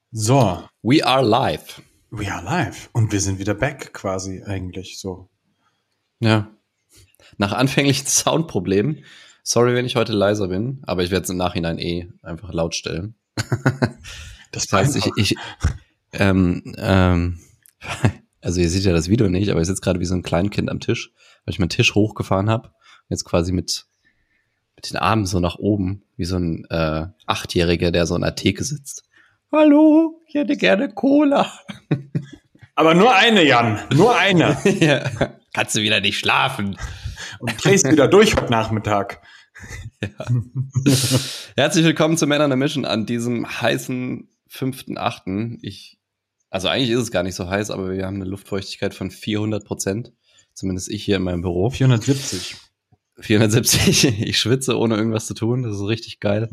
So, We are live. we are live. Und wir sind wieder back quasi eigentlich so. Ja. Nach anfänglichen Soundproblemen. Sorry, wenn ich heute leiser bin, aber ich werde es im Nachhinein einfach laut stellen. Das Das heißt, einfach. ähm, ähm, also ihr seht ja das Video nicht, aber ich sitze gerade wie so ein Kleinkind am Tisch, weil ich meinen Tisch hochgefahren habe. Jetzt quasi mit den Armen so nach oben, wie so ein Achtjähriger, der so an der Theke sitzt. Hallo, ich hätte gerne Cola. Aber nur eine, Jan. Nur eine. Ja. Kannst du wieder nicht schlafen? Und drehst wieder durch heute Nachmittag. Ja. Herzlich willkommen zu Men on a Mission an diesem heißen 5.8. Also eigentlich ist es gar nicht so heiß, aber wir haben eine Luftfeuchtigkeit von 400%. Zumindest ich hier in meinem Büro. 470. 470. Ich schwitze, ohne irgendwas zu tun. Das ist richtig geil.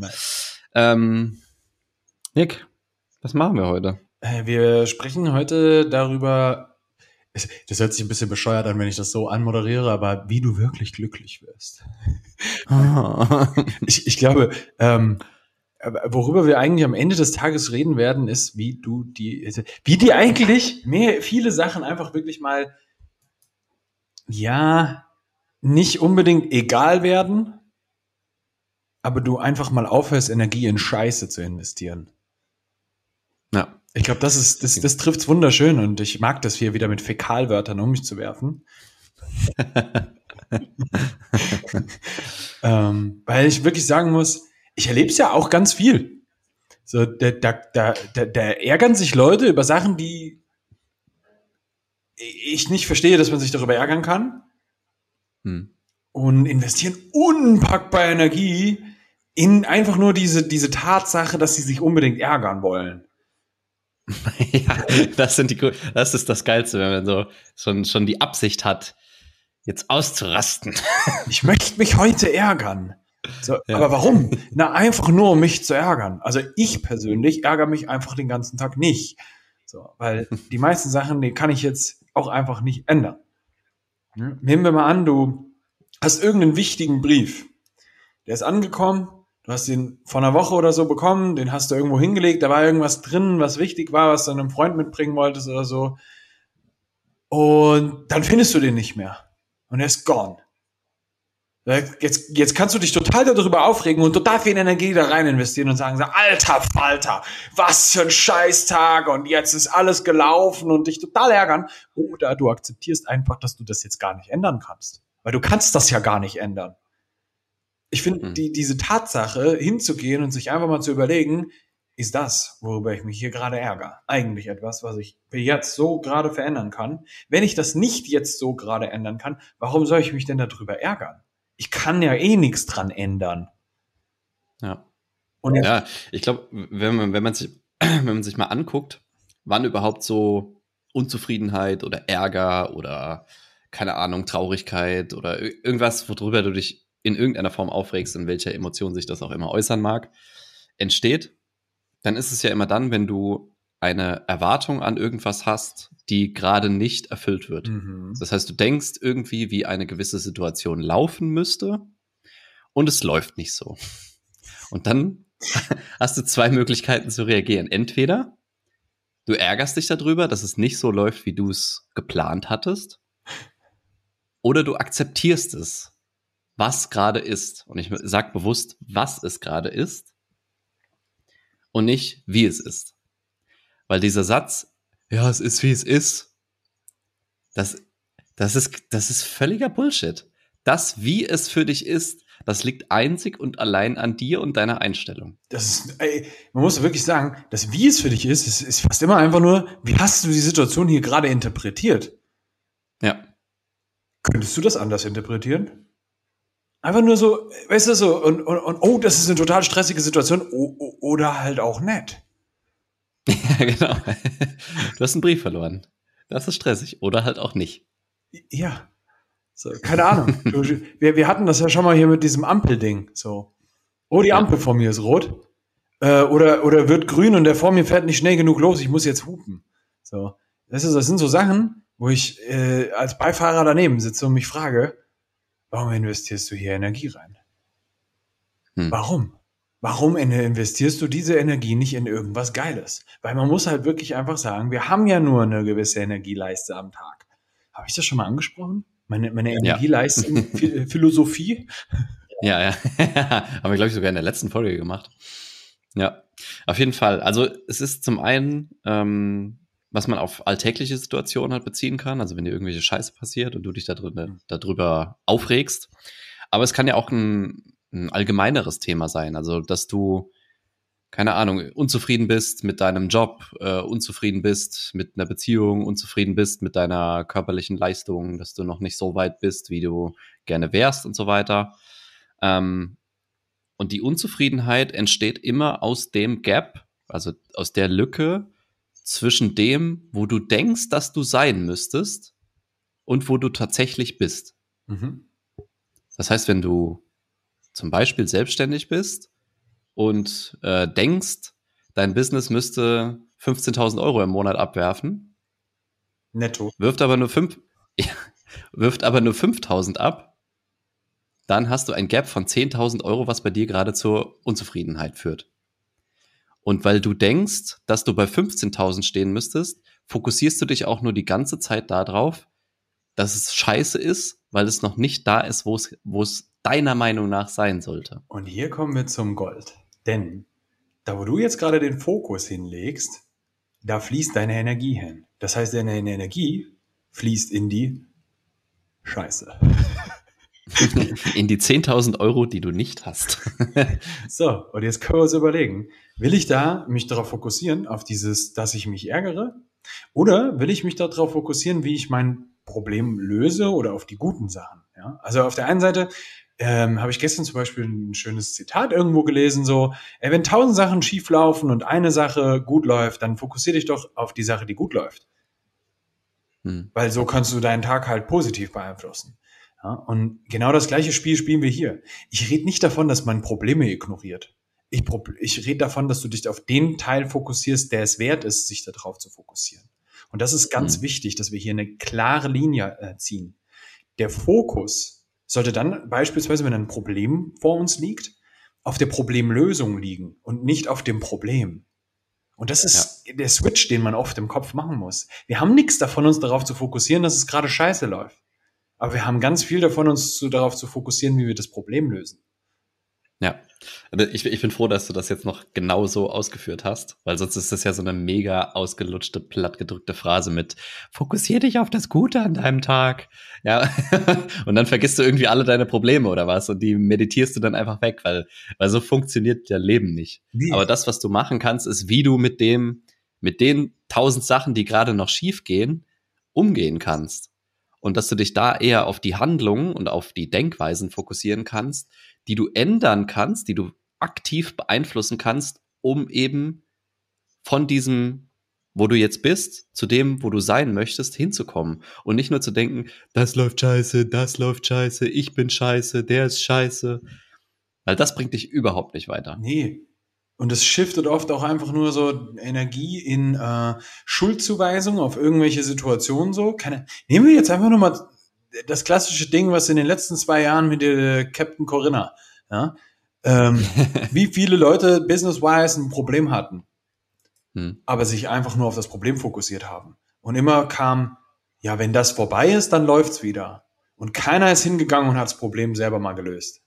Nick, was machen wir heute? Wir sprechen heute darüber, das hört sich ein bisschen bescheuert an, wenn ich das so anmoderiere, aber wie du wirklich glücklich wirst. Ich glaube, worüber wir eigentlich am Ende des Tages reden werden, ist, wie dir eigentlich viele Sachen einfach wirklich mal, ja, nicht unbedingt egal werden, aber du einfach mal aufhörst, Energie in Scheiße zu investieren. Ja. Ich glaube, das trifft's wunderschön und ich mag das hier wieder mit Fäkalwörtern um mich zu werfen. Weil ich wirklich sagen muss, ich erlebe es ja auch ganz viel. So, da ärgern sich Leute über Sachen, die ich nicht verstehe, dass man sich darüber ärgern kann. Und investieren unpackbar Energie in einfach nur diese Tatsache, dass sie sich unbedingt ärgern wollen. Ja, das ist das Geilste, wenn man so schon die Absicht hat, jetzt auszurasten. Ich möchte mich heute ärgern. So, Ja. Aber warum? Na, einfach nur, um mich zu ärgern. Also ich persönlich ärgere mich einfach den ganzen Tag nicht. So, weil die meisten Sachen, die kann ich jetzt auch einfach nicht ändern. Nehmen wir mal an, du hast irgendeinen wichtigen Brief. Der ist angekommen, du hast ihn vor einer Woche oder so bekommen, den hast du irgendwo hingelegt, da war irgendwas drin, was wichtig war, was du einem Freund mitbringen wolltest oder so. Und dann findest du den nicht mehr. Und er ist gone. Jetzt kannst du dich total darüber aufregen und total viel Energie da rein investieren und sagen so, alter Falter, was für ein Scheißtag und jetzt ist alles gelaufen und dich total ärgern. Oder du akzeptierst einfach, dass du das jetzt gar nicht ändern kannst. Weil du kannst das ja gar nicht ändern. Ich finde, diese Tatsache, hinzugehen und sich einfach mal zu überlegen, ist das, worüber ich mich hier gerade ärgere, eigentlich etwas, was ich jetzt so gerade verändern kann? Wenn ich das nicht jetzt so gerade ändern kann, warum soll ich mich denn darüber ärgern? Ich kann ja eh nichts dran ändern. Ja. Und Ja, ich glaube, wenn man sich mal anguckt, wann überhaupt so Unzufriedenheit oder Ärger oder keine Ahnung, Traurigkeit oder irgendwas, worüber du dich in irgendeiner Form aufregst, in welcher Emotion sich das auch immer äußern mag, entsteht, dann ist es ja immer dann, wenn du eine Erwartung an irgendwas hast, die gerade nicht erfüllt wird. Das heißt, du denkst irgendwie, wie eine gewisse Situation laufen müsste und es läuft nicht so. Und dann hast du zwei Möglichkeiten zu reagieren. Entweder du ärgerst dich darüber, dass es nicht so läuft, wie du es geplant hattest, oder du akzeptierst es, was gerade ist. Und ich sage bewusst, was es gerade ist und nicht, wie es ist. Weil dieser Satz, ja, es ist, wie es ist, das ist völliger Bullshit. Das, wie es für dich ist, das liegt einzig und allein an dir und deiner Einstellung. Man muss wirklich sagen, dass wie es für dich ist fast immer einfach nur, wie hast du die Situation hier gerade interpretiert? Ja. Könntest du das anders interpretieren? Einfach nur so, weißt du, so, und oh, das ist eine total stressige Situation, oder halt auch nett. Ja, genau. Du hast einen Brief verloren. Das ist stressig. Oder halt auch nicht. Ja. So, keine Ahnung. Wir hatten das ja schon mal hier mit diesem Ampelding. So. Oh, die Ampel vor mir ist rot. Oder wird grün und der vor mir fährt nicht schnell genug los, ich muss jetzt hupen. So. Das sind so Sachen, wo ich als Beifahrer daneben sitze und mich frage, warum investierst du hier Energie rein? Warum? Warum investierst du diese Energie nicht in irgendwas Geiles? Weil man muss halt wirklich einfach sagen, wir haben ja nur eine gewisse Energieleiste am Tag. Habe ich das schon mal angesprochen? Meine Ja. Energieleisten-Philosophie? Ja, ja. Haben wir, glaube ich, sogar in der letzten Folge gemacht. Ja, auf jeden Fall. Also es ist zum einen, was man auf alltägliche Situationen halt beziehen kann, also wenn dir irgendwelche Scheiße passiert und du dich darüber aufregst. Aber es kann ja auch ein allgemeineres Thema sein, also dass du, keine Ahnung, unzufrieden bist mit deinem Job, unzufrieden bist mit einer Beziehung, unzufrieden bist mit deiner körperlichen Leistung, dass du noch nicht so weit bist, wie du gerne wärst und so weiter. Und die Unzufriedenheit entsteht immer aus dem Gap, also aus der Lücke zwischen dem, wo du denkst, dass du sein müsstest und wo du tatsächlich bist. Mhm. Das heißt, wenn du zum Beispiel selbstständig bist und denkst, dein Business müsste 15.000 Euro im Monat abwerfen, Netto. wirft aber nur 5.000 ab, dann hast du ein Gap von 10.000 Euro, was bei dir gerade zur Unzufriedenheit führt. Und weil du denkst, dass du bei 15.000 stehen müsstest, fokussierst du dich auch nur die ganze Zeit darauf, dass es scheiße ist, weil es noch nicht da ist, wo es deiner Meinung nach sein sollte. Und hier kommen wir zum Gold. Denn da, wo du jetzt gerade den Fokus hinlegst, da fließt deine Energie hin. Das heißt, deine Energie fließt in die Scheiße. In die 10.000 Euro, die du nicht hast. So, und jetzt können wir uns überlegen, will ich da mich darauf fokussieren, auf dieses, dass ich mich ärgere? Oder will ich mich darauf fokussieren, wie ich mein Problem löse oder auf die guten Sachen? Ja? Also auf der einen Seite habe ich gestern zum Beispiel ein schönes Zitat irgendwo gelesen, so, wenn 1.000 Sachen schief laufen und eine Sache gut läuft, dann fokussier dich doch auf die Sache, die gut läuft. Weil so kannst du deinen Tag halt positiv beeinflussen. Ja, und genau das gleiche Spiel spielen wir hier. Ich rede nicht davon, dass man Probleme ignoriert. Ich rede davon, dass du dich auf den Teil fokussierst, der es wert ist, sich darauf zu fokussieren. Und das ist ganz wichtig, dass wir hier eine klare Linie ziehen. Der Fokus sollte dann beispielsweise, wenn ein Problem vor uns liegt, auf der Problemlösung liegen und nicht auf dem Problem. Und das ist der Switch, den man oft im Kopf machen muss. Wir haben nichts davon, uns darauf zu fokussieren, dass es gerade scheiße läuft. Aber wir haben ganz viel davon, uns darauf zu fokussieren, wie wir das Problem lösen. Ja, ich bin froh, dass du das jetzt noch genau so ausgeführt hast, weil sonst ist das ja so eine mega ausgelutschte, plattgedrückte Phrase mit fokussier dich auf das Gute an deinem Tag. Ja, und dann vergisst du irgendwie alle deine Probleme oder was und die meditierst du dann einfach weg, weil so funktioniert ja Leben nicht. Wie? Aber das, was du machen kannst, ist, wie du mit den 1.000 Sachen, die gerade noch schief gehen, umgehen kannst. Und dass du dich da eher auf die Handlungen und auf die Denkweisen fokussieren kannst, die du ändern kannst, die du aktiv beeinflussen kannst, um eben von diesem, wo du jetzt bist, zu dem, wo du sein möchtest, hinzukommen. Und nicht nur zu denken, das läuft scheiße, ich bin scheiße, der ist scheiße. Weil das bringt dich überhaupt nicht weiter. Nee. Und es shiftet oft auch einfach nur so Energie in Schuldzuweisung auf irgendwelche Situationen so. Nehmen wir jetzt einfach nur mal das klassische Ding, was in den letzten 2 Jahren mit der Captain Corinna, ja, wie viele Leute business-wise ein Problem hatten, aber sich einfach nur auf das Problem fokussiert haben. Und immer kam, ja, wenn das vorbei ist, dann läuft's wieder. Und keiner ist hingegangen und hat das Problem selber mal gelöst.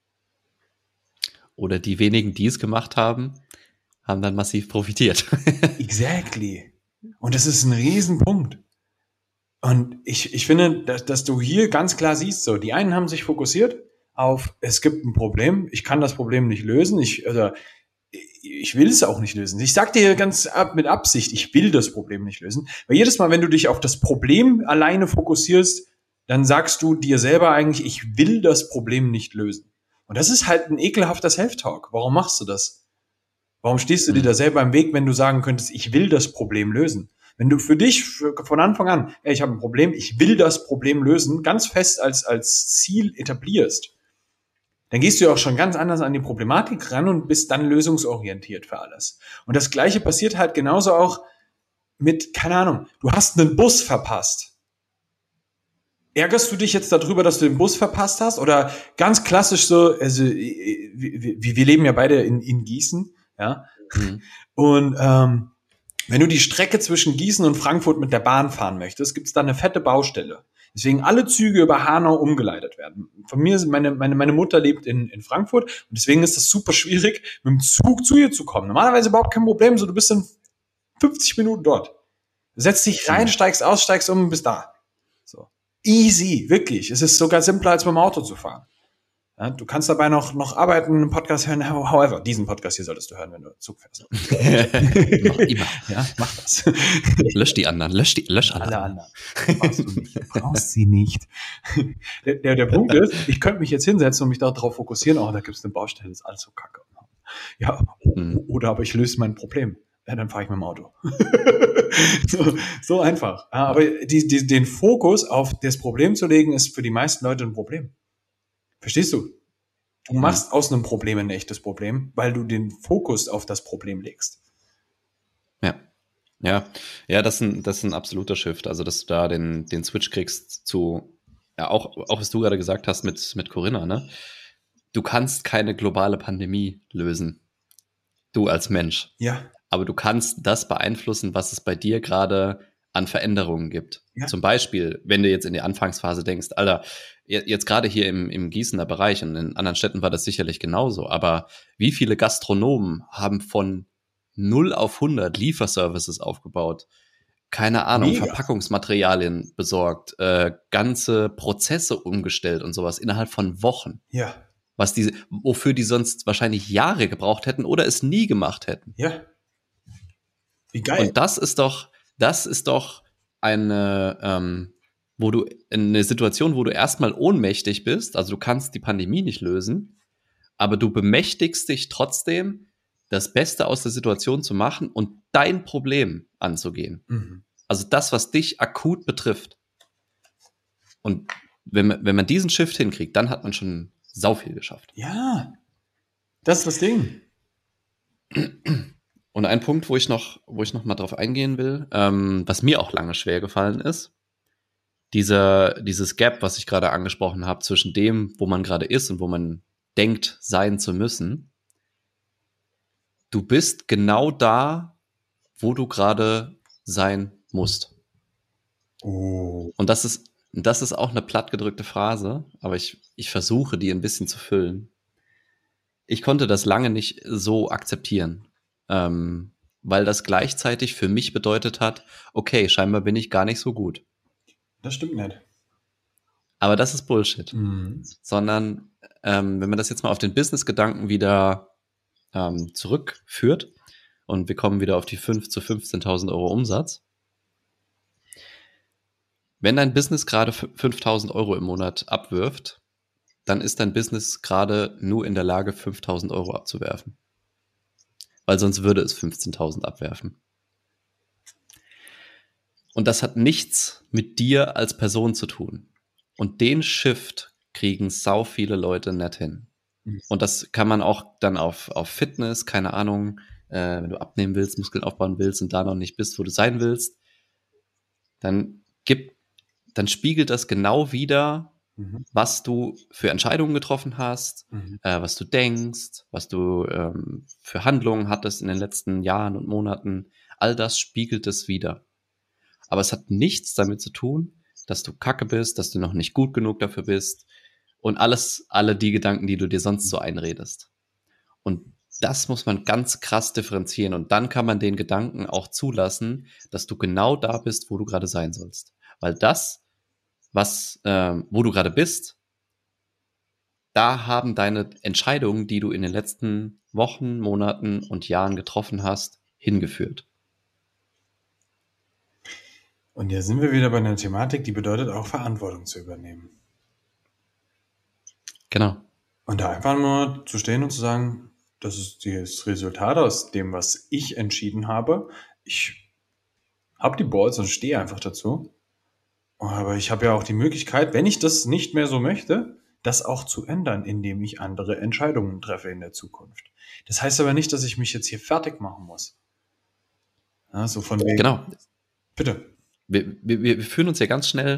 Oder die wenigen, die es gemacht haben, haben dann massiv profitiert. Exactly. Und das ist ein Riesenpunkt. Und ich finde, dass du hier ganz klar siehst, so, die einen haben sich fokussiert auf, es gibt ein Problem, ich kann das Problem nicht lösen, ich will es auch nicht lösen. Ich sag dir mit Absicht, ich will das Problem nicht lösen. Weil jedes Mal, wenn du dich auf das Problem alleine fokussierst, dann sagst du dir selber eigentlich, ich will das Problem nicht lösen. Und das ist halt ein ekelhafter Self-Talk. Warum machst du das? Warum stehst du dir da selber im Weg, wenn du sagen könntest, ich will das Problem lösen? Wenn du für dich von Anfang an, ich habe ein Problem, ich will das Problem lösen, ganz fest als Ziel etablierst, dann gehst du ja auch schon ganz anders an die Problematik ran und bist dann lösungsorientiert für alles. Und das Gleiche passiert halt genauso auch mit, keine Ahnung, du hast einen Bus verpasst. ärgerst du dich jetzt darüber, dass du den Bus verpasst hast? Oder ganz klassisch so, also wir leben ja beide in Gießen, ja. Mhm. Und wenn du die Strecke zwischen Gießen und Frankfurt mit der Bahn fahren möchtest, gibt es da eine fette Baustelle. Deswegen alle Züge über Hanau umgeleitet werden. Von mir sind meine Mutter lebt in Frankfurt und deswegen ist das super schwierig, mit dem Zug zu ihr zu kommen. Normalerweise überhaupt kein Problem, so du bist in 50 Minuten dort. Du setzt dich rein, steigst aus, steigst um und bist da. So. Easy, wirklich. Es ist sogar simpler, als mit dem Auto zu fahren. Ja, du kannst dabei noch arbeiten, einen Podcast hören. However, diesen Podcast hier solltest du hören, wenn du Zug fährst. Noch immer. Ja, mach das. Lösch die anderen, lösch alle anderen. Brauchst du nicht. Du brauchst sie nicht. Der Punkt ist, ich könnte mich jetzt hinsetzen und mich darauf fokussieren, oh, da gibt es eine Baustelle, das ist alles so kacke. Ja, oder aber ich löse mein Problem. Ja, dann fahre ich mit dem Auto. so einfach. Ja, aber den Fokus auf das Problem zu legen, ist für die meisten Leute ein Problem. Verstehst du? Du machst aus einem Problem ein echtes Problem, weil du den Fokus auf das Problem legst. Ja, das ist ein absoluter Shift. Also, dass du da den Switch kriegst zu, ja, auch was du gerade gesagt hast mit Corinna, ne? Du kannst keine globale Pandemie lösen. Du als Mensch. Ja. Aber du kannst das beeinflussen, was es bei dir gerade an Veränderungen gibt. Ja. Zum Beispiel, wenn du jetzt in die Anfangsphase denkst, Alter, jetzt gerade hier im Gießener Bereich und in anderen Städten war das sicherlich genauso, aber wie viele Gastronomen haben von 0 auf 100 Lieferservices aufgebaut? Keine Ahnung, Mega. Verpackungsmaterialien besorgt, ganze Prozesse umgestellt und sowas innerhalb von Wochen. Ja. Wofür die sonst wahrscheinlich Jahre gebraucht hätten oder es nie gemacht hätten. Ja. Wie geil. Und das ist doch eine Situation, wo du erstmal ohnmächtig bist, also du kannst die Pandemie nicht lösen, aber du bemächtigst dich trotzdem, das Beste aus der Situation zu machen und dein Problem anzugehen. Mhm. Also das, was dich akut betrifft. Und wenn man diesen Shift hinkriegt, dann hat man schon sau viel geschafft. Ja, das ist das Ding. Und ein Punkt, wo ich noch mal drauf eingehen will, was mir auch lange schwer gefallen ist, dieses Gap, was ich gerade angesprochen habe, zwischen dem, wo man gerade ist und wo man denkt, sein zu müssen. Du bist genau da, wo du gerade sein musst. Oh. Und das ist auch eine plattgedrückte Phrase, aber ich versuche, die ein bisschen zu füllen. Ich konnte das lange nicht so akzeptieren, weil das gleichzeitig für mich bedeutet hat, okay, scheinbar bin ich gar nicht so gut. Das stimmt nicht. Aber das ist Bullshit. Mhm. Sondern, wenn man das jetzt mal auf den Business-Gedanken wieder zurückführt und wir kommen wieder auf die 5.000 zu 15.000 Euro Umsatz. Wenn dein Business gerade 5.000 Euro im Monat abwirft, dann ist dein Business gerade nur in der Lage, 5.000 Euro abzuwerfen. Weil sonst würde es 15.000 abwerfen. Und das hat nichts mit dir als Person zu tun. Und den Shift kriegen sau viele Leute nicht hin. Und das kann man auch dann auf Fitness, keine Ahnung, wenn du abnehmen willst, Muskeln aufbauen willst und da noch nicht bist, wo du sein willst, dann spiegelt das genau wider, was du für Entscheidungen getroffen hast, was du denkst, was du für Handlungen hattest in den letzten Jahren und Monaten. All das spiegelt es wider. Aber es hat nichts damit zu tun, dass du kacke bist, dass du noch nicht gut genug dafür bist und alle die Gedanken, die du dir sonst so einredest. Und das muss man ganz krass differenzieren und dann kann man den Gedanken auch zulassen, dass du genau da bist, wo du gerade sein sollst. Weil das, wo du gerade bist, da haben deine Entscheidungen, die du in den letzten Wochen, Monaten und Jahren getroffen hast, hingeführt. Und jetzt sind wir wieder bei einer Thematik, die bedeutet auch Verantwortung zu übernehmen. Genau. Und da einfach nur zu stehen und zu sagen, das ist das Resultat aus dem, was ich entschieden habe. Ich habe die Balls und stehe einfach dazu. Aber ich habe ja auch die Möglichkeit, wenn ich das nicht mehr so möchte, das auch zu ändern, indem ich andere Entscheidungen treffe in der Zukunft. Das heißt aber nicht, dass ich mich jetzt hier fertig machen muss. Ja, so von wegen. Genau. Bitte. Wir fühlen uns ja ganz schnell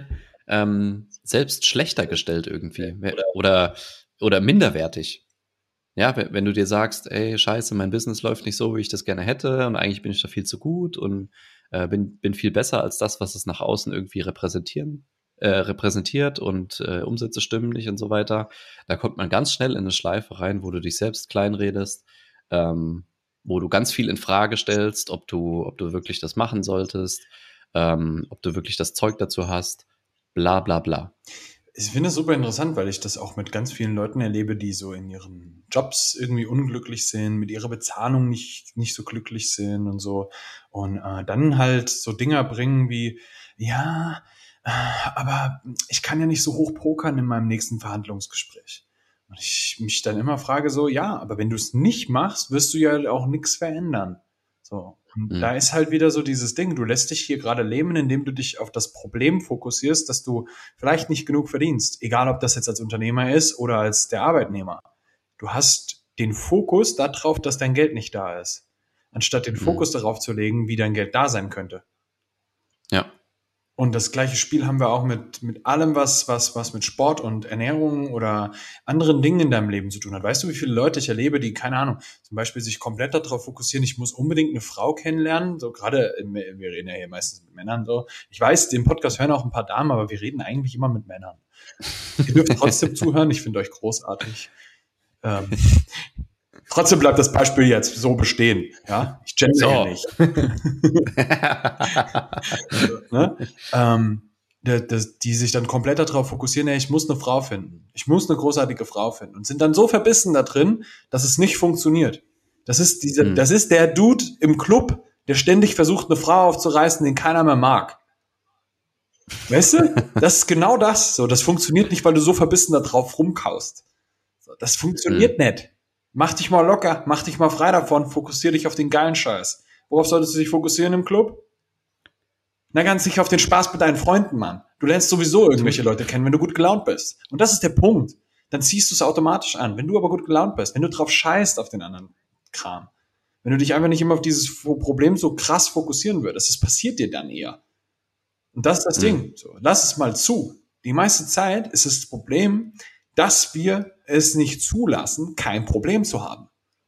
selbst schlechter gestellt irgendwie oder minderwertig. Ja, wenn du dir sagst, ey, scheiße, mein Business läuft nicht so, wie ich das gerne hätte und eigentlich bin ich da viel zu gut und bin viel besser als das, was es nach außen irgendwie repräsentiert und Umsätze stimmen nicht und so weiter. Da kommt man ganz schnell in eine Schleife rein, wo du dich selbst kleinredest, wo du ganz viel in Frage stellst, ob du wirklich das machen solltest, ob du wirklich das Zeug dazu hast, bla bla bla. Ich finde es super interessant, weil ich das auch mit ganz vielen Leuten erlebe, die so in ihren Jobs irgendwie unglücklich sind, mit ihrer Bezahlung nicht so glücklich sind und so. Und dann halt so Dinger bringen wie, ja, aber ich kann ja nicht so hoch pokern in meinem nächsten Verhandlungsgespräch. Und ich mich dann immer frage so, ja, aber wenn du es nicht machst, wirst du ja auch nichts verändern. So. Und da ist halt wieder so dieses Ding, du lässt dich hier gerade leben, indem du dich auf das Problem fokussierst, dass du vielleicht nicht genug verdienst. Egal, ob das jetzt als Unternehmer ist oder als der Arbeitnehmer. Du hast den Fokus darauf, dass dein Geld nicht da ist. Anstatt den Fokus darauf zu legen, wie dein Geld da sein könnte. Ja. Und das gleiche Spiel haben wir auch mit allem, was mit Sport und Ernährung oder anderen Dingen in deinem Leben zu tun hat. Weißt du, wie viele Leute ich erlebe, die, keine Ahnung, zum Beispiel sich komplett darauf fokussieren, ich muss unbedingt eine Frau kennenlernen, so gerade, wir reden ja hier meistens mit Männern so. Ich weiß, den Podcast hören auch ein paar Damen, aber wir reden eigentlich immer mit Männern. Ihr dürft trotzdem zuhören, ich finde euch großartig. Trotzdem bleibt das Beispiel jetzt so bestehen. Ja, ich gender ja nicht. Ne? Die sich dann komplett darauf fokussieren, ich muss eine Frau finden. Ich muss eine großartige Frau finden. Und sind dann so verbissen da drin, dass es nicht funktioniert. Das ist das ist der Dude im Club, der ständig versucht, eine Frau aufzureißen, den keiner mehr mag. Weißt du? Das ist genau das. So, das funktioniert nicht, weil du so verbissen da drauf rumkaust. So, das funktioniert nicht. Mach dich mal locker, mach dich mal frei davon, fokussier dich auf den geilen Scheiß. Worauf solltest du dich fokussieren im Club? Na, ganz sicher auf den Spaß mit deinen Freunden, Mann. Du lernst sowieso irgendwelche Leute kennen, wenn du gut gelaunt bist. Und das ist der Punkt. Dann ziehst du es automatisch an. Wenn du aber gut gelaunt bist, wenn du drauf scheißt auf den anderen Kram, wenn du dich einfach nicht immer auf dieses Problem so krass fokussieren würdest, das passiert dir dann eher. Und das ist das Ding. So, lass es mal zu. Die meiste Zeit ist das Problem, dass wir es nicht zulassen, kein Problem zu haben.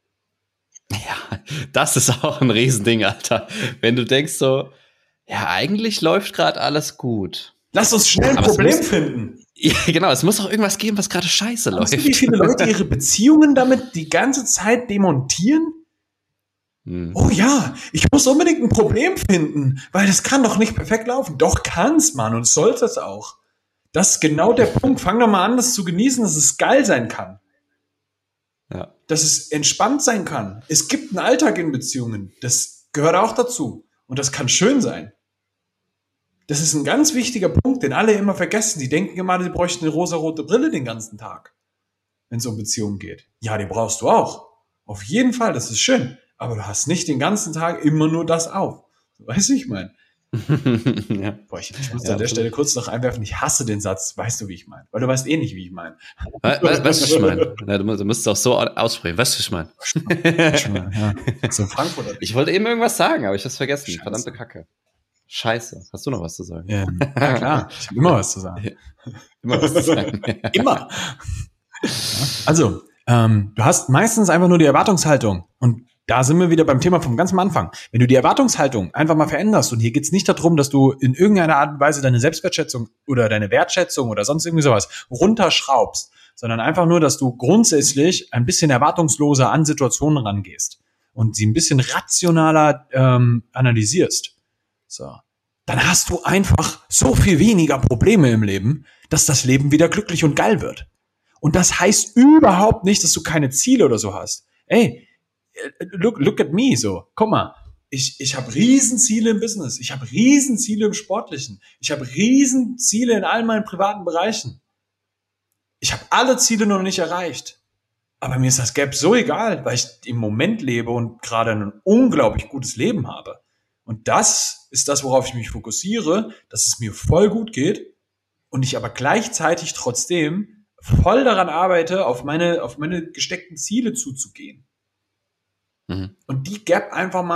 Ja, das ist auch ein Riesending, Alter. Wenn du denkst so, ja, eigentlich läuft gerade alles gut. Lass uns schnell ein Problem finden. Ja, genau, es muss auch irgendwas geben, was gerade scheiße läuft. Weißt du, wie viele Leute ihre Beziehungen damit die ganze Zeit demontieren? Oh ja, ich muss unbedingt ein Problem finden, weil das kann doch nicht perfekt laufen. Doch kann's, Mann, und sollte es auch. Das ist genau der Punkt. Fang doch mal an, das zu genießen, dass es geil sein kann. Ja. Dass es entspannt sein kann. Es gibt einen Alltag in Beziehungen. Das gehört auch dazu. Und das kann schön sein. Das ist ein ganz wichtiger Punkt, den alle immer vergessen. Die denken immer, sie bräuchten eine rosarote Brille den ganzen Tag, wenn es um Beziehungen geht. Ja, die brauchst du auch. Auf jeden Fall, das ist schön. Aber du hast nicht den ganzen Tag immer nur das auf. Weißt du, wie ich meine? Ja. Boah, ich muss an der Stelle kurz noch einwerfen, ich hasse den Satz, weißt du, wie ich meine? Weil du weißt eh nicht, wie ich meine. Weißt du, was ich meine? Ja, du musst es auch so aussprechen. Weißt du, was ich meine? Ja. So Frankfurter. Ich wollte eben irgendwas sagen, aber ich hab's vergessen. Scheiße. Verdammte Kacke. Scheiße. Hast du noch was zu sagen? Ja, klar. Ich habe immer was zu sagen. Immer was zu sagen. Immer. Also, du hast meistens einfach nur die Erwartungshaltung. Und da sind wir wieder beim Thema vom ganz am Anfang. Wenn du die Erwartungshaltung einfach mal veränderst, und hier geht's nicht darum, dass du in irgendeiner Art und Weise deine Selbstwertschätzung oder deine Wertschätzung oder sonst irgendwie sowas runterschraubst, sondern einfach nur, dass du grundsätzlich ein bisschen erwartungsloser an Situationen rangehst und sie ein bisschen rationaler analysierst. So. Dann hast du einfach so viel weniger Probleme im Leben, dass das Leben wieder glücklich und geil wird. Und das heißt überhaupt nicht, dass du keine Ziele oder so hast. Ey, look at me, so. Guck mal, ich habe Riesenziele im Business, ich habe Riesenziele im Sportlichen, ich habe Riesenziele in all meinen privaten Bereichen. Ich habe alle Ziele noch nicht erreicht. Aber mir ist das Gap so egal, weil ich im Moment lebe und gerade ein unglaublich gutes Leben habe. Und das ist das, worauf ich mich fokussiere, dass es mir voll gut geht und ich aber gleichzeitig trotzdem voll daran arbeite, auf meine gesteckten Ziele zuzugehen. Und die Gap einfach mal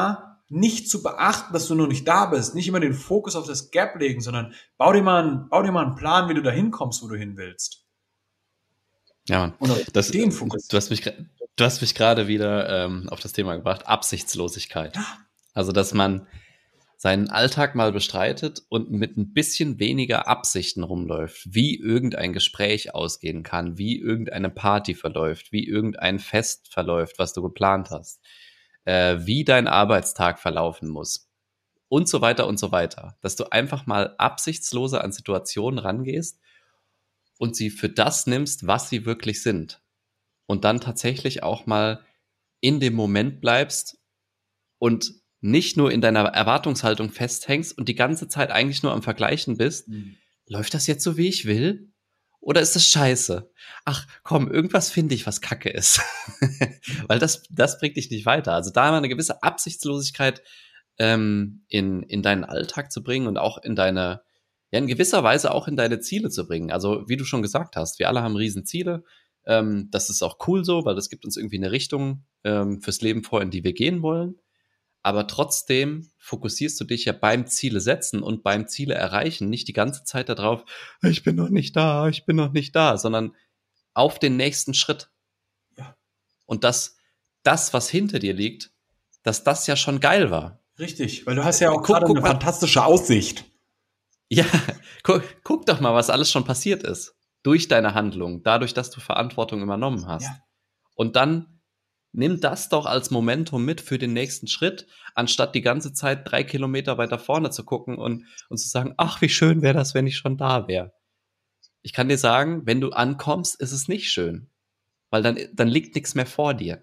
nicht zu beachten, dass du noch nicht da bist, nicht immer den Fokus auf das Gap legen, sondern bau dir mal einen Plan, wie du da hinkommst, wo du hin willst. Ja, Mann. Und auf den Fokus. Du hast mich gerade wieder auf das Thema gebracht, Absichtslosigkeit. Also, dass man seinen Alltag mal bestreitet und mit ein bisschen weniger Absichten rumläuft, wie irgendein Gespräch ausgehen kann, wie irgendeine Party verläuft, wie irgendein Fest verläuft, was du geplant hast, wie dein Arbeitstag verlaufen muss und so weiter und so weiter. Dass du einfach mal absichtsloser an Situationen rangehst und sie für das nimmst, was sie wirklich sind. Und dann tatsächlich auch mal in dem Moment bleibst und nicht nur in deiner Erwartungshaltung festhängst und die ganze Zeit eigentlich nur am Vergleichen bist, läuft das jetzt so, wie ich will? Oder ist das scheiße? Ach komm, irgendwas finde ich, was Kacke ist. Weil das bringt dich nicht weiter. Also da mal eine gewisse Absichtslosigkeit in deinen Alltag zu bringen und auch in gewisser Weise auch in deine Ziele zu bringen. Also wie du schon gesagt hast, wir alle haben Riesenziele. Das ist auch cool so, weil das gibt uns irgendwie eine Richtung fürs Leben vor, in die wir gehen wollen. Aber trotzdem fokussierst du dich ja beim Ziele setzen und beim Ziele erreichen nicht die ganze Zeit darauf, ich bin noch nicht da, sondern auf den nächsten Schritt. Ja. Und das, was hinter dir liegt, dass das ja schon geil war. Richtig, weil du hast ja auch gerade eine fantastische Aussicht. Ja, guck doch mal, was alles schon passiert ist. Durch deine Handlung, dadurch, dass du Verantwortung übernommen hast. Ja. Und dann nimm das doch als Momentum mit für den nächsten Schritt, anstatt die ganze Zeit 3 Kilometer weiter vorne zu gucken und zu sagen, ach, wie schön wäre das, wenn ich schon da wäre. Ich kann dir sagen, wenn du ankommst, ist es nicht schön. Weil dann liegt nichts mehr vor dir.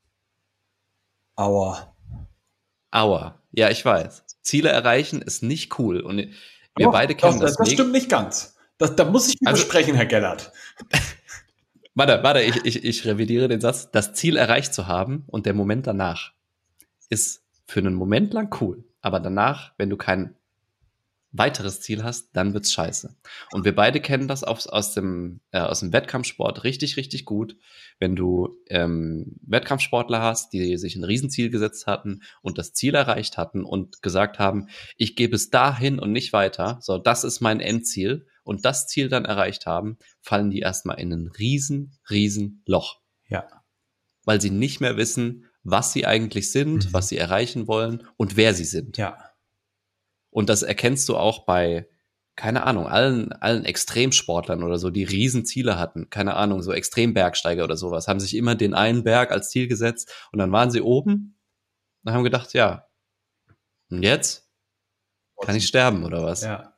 Aua. Ja, ich weiß. Ziele erreichen ist nicht cool. Und wir beide kennen das. Das stimmt nicht ganz. Da muss ich widersprechen, Herr Gellert. Warte, ich revidiere den Satz. Das Ziel erreicht zu haben und der Moment danach ist für einen Moment lang cool. Aber danach, wenn du kein weiteres Ziel hast, dann wird's scheiße. Und wir beide kennen das aus dem Wettkampfsport richtig, richtig gut. Wenn du Wettkampfsportler hast, die sich ein Riesenziel gesetzt hatten und das Ziel erreicht hatten und gesagt haben, ich gehe bis dahin und nicht weiter, so, das ist mein Endziel, und das Ziel dann erreicht haben, fallen die erstmal in ein riesen Loch. Ja. Weil sie nicht mehr wissen, was sie eigentlich sind, was sie erreichen wollen und wer sie sind. Ja. Und das erkennst du auch bei, keine Ahnung, allen Extremsportlern oder so, die Riesenziele hatten. Keine Ahnung, so Extrembergsteiger oder sowas, haben sich immer den einen Berg als Ziel gesetzt und dann waren sie oben und haben gedacht, ja, und jetzt kann ich sterben oder was? Ja.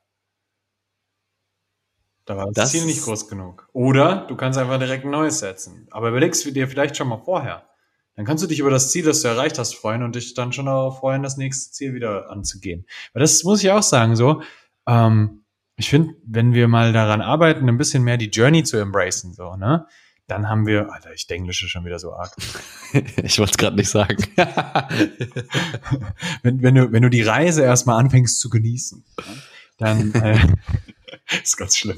Da war das Ziel nicht groß genug. Oder du kannst einfach direkt ein neues setzen. Aber überlegst du dir vielleicht schon mal vorher. Dann kannst du dich über das Ziel, das du erreicht hast, freuen und dich dann schon darauf freuen, das nächste Ziel wieder anzugehen. Weil das muss ich auch sagen, so, ich finde, wenn wir mal daran arbeiten, ein bisschen mehr die Journey zu embracen, so, ne, dann haben wir, Alter, ich englische schon wieder so arg. Ich wollte es gerade nicht sagen. wenn du die Reise erstmal anfängst zu genießen, dann ist ganz schlimm.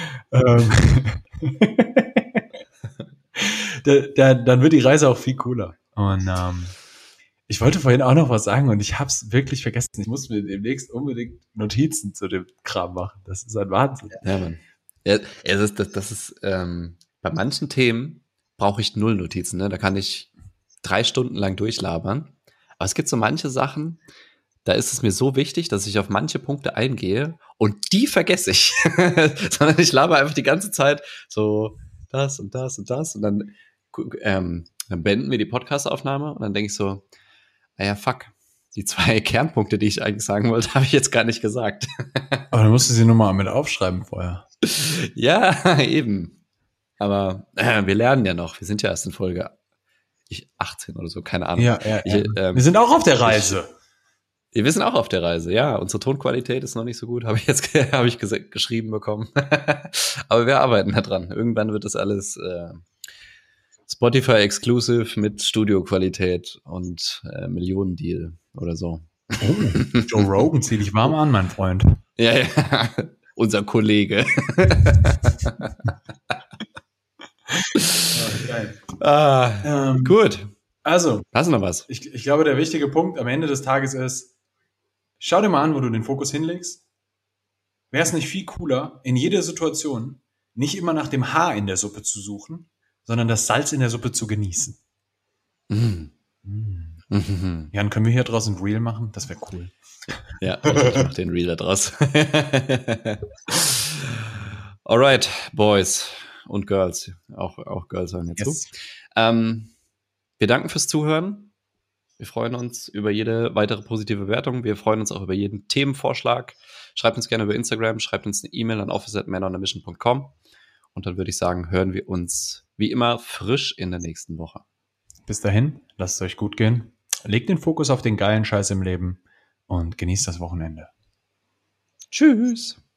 Dann wird die Reise auch viel cooler. Und ich wollte vorhin auch noch was sagen und ich habe es wirklich vergessen. Ich muss mir demnächst unbedingt Notizen zu dem Kram machen. Das ist ein Wahnsinn. Ja, Mann. Ja, das ist bei manchen Themen brauche ich 0 Notizen. Ne? Da kann ich 3 Stunden lang durchlabern. Aber es gibt so manche Sachen, da ist es mir so wichtig, dass ich auf manche Punkte eingehe und die vergesse ich. Sondern ich laber einfach die ganze Zeit so das und das und das und dann beenden wir die Podcast-Aufnahme und dann denke ich so, naja, fuck, die 2 Kernpunkte, die ich eigentlich sagen wollte, habe ich jetzt gar nicht gesagt. Aber dann musst du sie nur mal mit aufschreiben vorher. Ja, eben. Aber wir lernen ja noch. Wir sind ja erst in Folge 18 oder so, keine Ahnung. Ja. Wir sind auch auf der Reise. Wir sind auch auf der Reise, ja. Unsere Tonqualität ist noch nicht so gut, habe ich geschrieben bekommen. Aber wir arbeiten da dran. Irgendwann wird das alles Spotify-exclusive mit Studioqualität und Millionendeal oder so. Oh, Joe Rogan, zieh dich warm an, mein Freund. Ja, unser Kollege. Geil. Gut. Also, Hast du noch was? ich glaube, der wichtige Punkt am Ende des Tages ist, schau dir mal an, wo du den Fokus hinlegst. Wäre es nicht viel cooler, in jeder Situation nicht immer nach dem Haar in der Suppe zu suchen, sondern das Salz in der Suppe zu genießen? Mhm. Jan, können wir hier draußen ein Reel machen? Das wäre cool. Ja, und ich mach den Reel da draus. Alright, Boys und Girls. Auch Girls hören jetzt Yes. zu. Wir danken fürs Zuhören. Wir freuen uns über jede weitere positive Bewertung. Wir freuen uns auch über jeden Themenvorschlag. Schreibt uns gerne über Instagram, schreibt uns eine E-Mail an office@manonamission.com. Und dann würde ich sagen, hören wir uns wie immer frisch in der nächsten Woche. Bis dahin, lasst es euch gut gehen. Legt den Fokus auf den geilen Scheiß im Leben und genießt das Wochenende. Tschüss.